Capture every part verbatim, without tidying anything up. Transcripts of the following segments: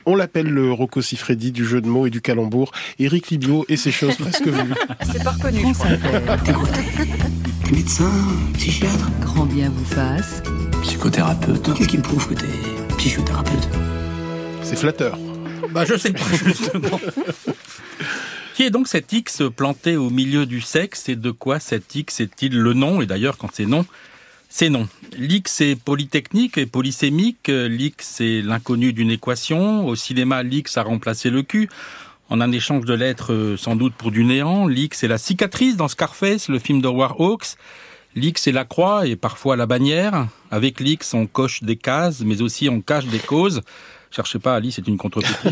On l'appelle le Rocco Siffredi du jeu de mots et du calembour. Éric Libiot et ses choses presque vues. C'est pas reconnu, je crois. T'es quoi, t'es médecin, psychiatre? Grand bien vous fasse. Psychothérapeute. Qu'est-ce qui me prouve que t'es psychothérapeute? C'est flatteur. Bah je sais pas, justement. Qui est donc cet X planté au milieu du sexe et de quoi cet X est-il le nom? Et d'ailleurs, quand c'est non, c'est non. L'X est polytechnique et polysémique. L'X c'est l'inconnu d'une équation. Au cinéma, l'X a remplacé le Q en un échange de lettres sans doute pour du néant. L'X est la cicatrice dans Scarface, le film d'Howard Hawks. L'X est la croix et parfois la bannière. Avec l'X, on coche des cases, mais aussi on cache des causes. Cherchez pas, Ali, c'est une contre-critique.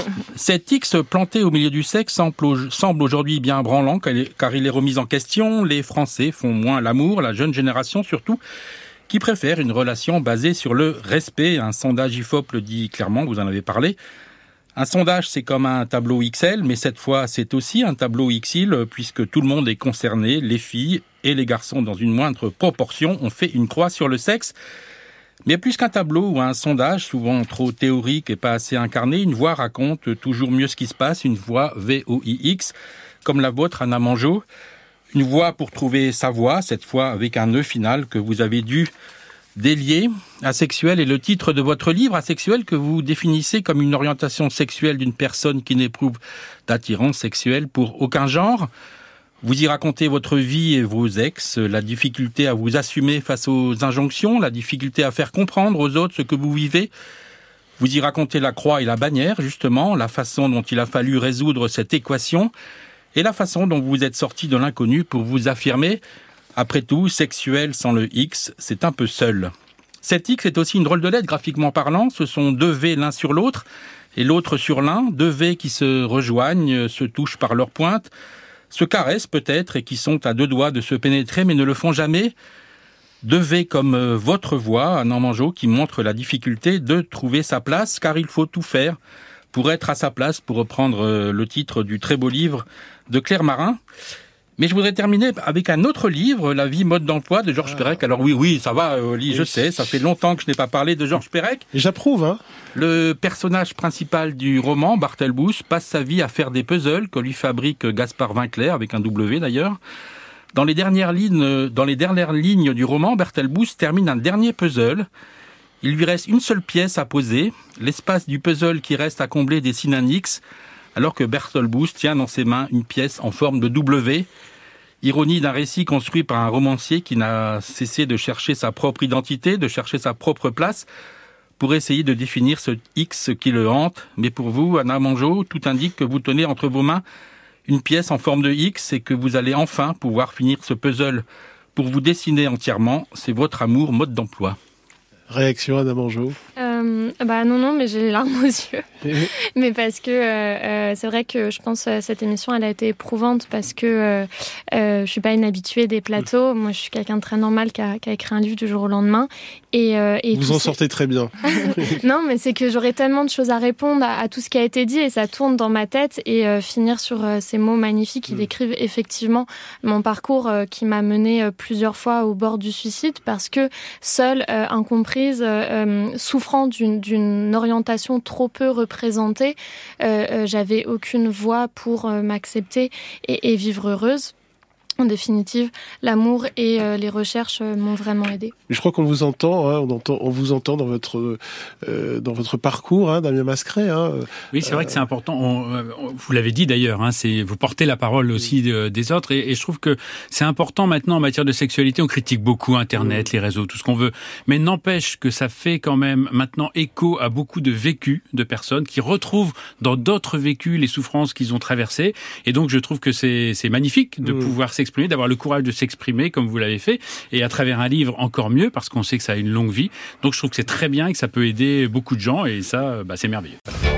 Cet X planté au milieu du sexe semble aujourd'hui bien branlant, car il est remis en question. Les Français font moins l'amour, la jeune génération surtout, qui préfère une relation basée sur le respect. Un sondage I F O P le dit clairement, vous en avez parlé. Un sondage, c'est comme un tableau X L, mais cette fois, c'est aussi un tableau X L, puisque tout le monde est concerné, les filles et les garçons, dans une moindre proportion, ont fait une croix sur le sexe. Mais plus qu'un tableau ou un sondage, souvent trop théorique et pas assez incarné, une voix raconte toujours mieux ce qui se passe, une voix V O I X, comme la vôtre, Anna Mangeot. Une voix pour trouver sa voix, cette fois avec un E final que vous avez dû délier. Asexuel est le titre de votre livre, asexuel que vous définissez comme une orientation sexuelle d'une personne qui n'éprouve d'attirance sexuelle pour aucun genre. Vous y racontez votre vie et vos ex, la difficulté à vous assumer face aux injonctions, la difficulté à faire comprendre aux autres ce que vous vivez. Vous y racontez la croix et la bannière, justement, la façon dont il a fallu résoudre cette équation et la façon dont vous êtes sorti de l'inconnu pour vous affirmer. Après tout, sexuel sans le X, c'est un peu seul. Cet X est aussi une drôle de lettre, graphiquement parlant. Ce sont deux V l'un sur l'autre et l'autre sur l'un, deux V qui se rejoignent, se touchent par leurs pointes, se caressent peut-être et qui sont à deux doigts de se pénétrer mais ne le font jamais. Deux V comme votre voix, Anna Mangeot, qui montre la difficulté de trouver sa place, car il faut tout faire pour être à sa place, pour reprendre le titre du très beau livre de Claire Marin. Mais je voudrais terminer avec un autre livre, La vie mode d'emploi de Georges ah. Perec. Alors oui, oui, ça va, Oli, oui. Je sais, ça fait longtemps que je n'ai pas parlé de Georges Perec. Et j'approuve, hein. Le personnage principal du roman, Barthelbous, passe sa vie à faire des puzzles que lui fabrique Gaspard Vinclair, avec un W d'ailleurs. Dans les dernières lignes, dans les dernières lignes du roman, Barthelbous termine un dernier puzzle. Il lui reste une seule pièce à poser. L'espace du puzzle qui reste à combler dessine un X, alors que Barthelbous tient dans ses mains une pièce en forme de W. Ironie d'un récit construit par un romancier qui n'a cessé de chercher sa propre identité, de chercher sa propre place, pour essayer de définir ce X qui le hante. Mais pour vous, Anna Mangeot, tout indique que vous tenez entre vos mains une pièce en forme de X et que vous allez enfin pouvoir finir ce puzzle pour vous dessiner entièrement. C'est votre amour mode d'emploi. Réaction, Anna Mangeot. Euh, bah non, non, mais j'ai les larmes aux yeux. Mais parce que euh, c'est vrai que je pense que cette émission, elle a été éprouvante parce que euh, euh, je suis pas une habituée des plateaux. Moi, je suis quelqu'un de très normal qui a, qui a écrit un livre du jour au lendemain. Et, euh, et Vous en ces... sortez très bien. Non, mais c'est que j'aurais tellement de choses à répondre à, à tout ce qui a été dit et ça tourne dans ma tête. Et euh, finir sur euh, ces mots magnifiques qui mmh. décrivent effectivement mon parcours euh, qui m'a menée euh, plusieurs fois au bord du suicide parce que seule, euh, incomprise, euh, souffrant d'une, d'une orientation trop peu représentée, euh, euh, j'avais aucune voix pour euh, m'accepter et, et vivre heureuse. En définitive, l'amour et euh, les recherches euh, m'ont vraiment aidée. Je crois qu'on vous entend, hein, on entend, on vous entend dans votre euh, dans votre parcours, hein, Damien Mascret. Hein, oui, c'est euh... vrai que c'est important. On, on, vous l'avez dit d'ailleurs, hein, c'est vous portez la parole aussi de, des autres, et, et je trouve que c'est important maintenant en matière de sexualité. On critique beaucoup Internet, oui. les réseaux, tout ce qu'on veut, mais n'empêche que ça fait quand même maintenant écho à beaucoup de vécus de personnes qui retrouvent dans d'autres vécus les souffrances qu'ils ont traversées, et donc je trouve que c'est c'est magnifique de mmh. pouvoir s'exprimer, d'avoir le courage de s'exprimer comme vous l'avez fait, et à travers un livre encore mieux, parce qu'on sait que ça a une longue vie. Donc je trouve que c'est très bien et que ça peut aider beaucoup de gens, et ça, bah, c'est merveilleux.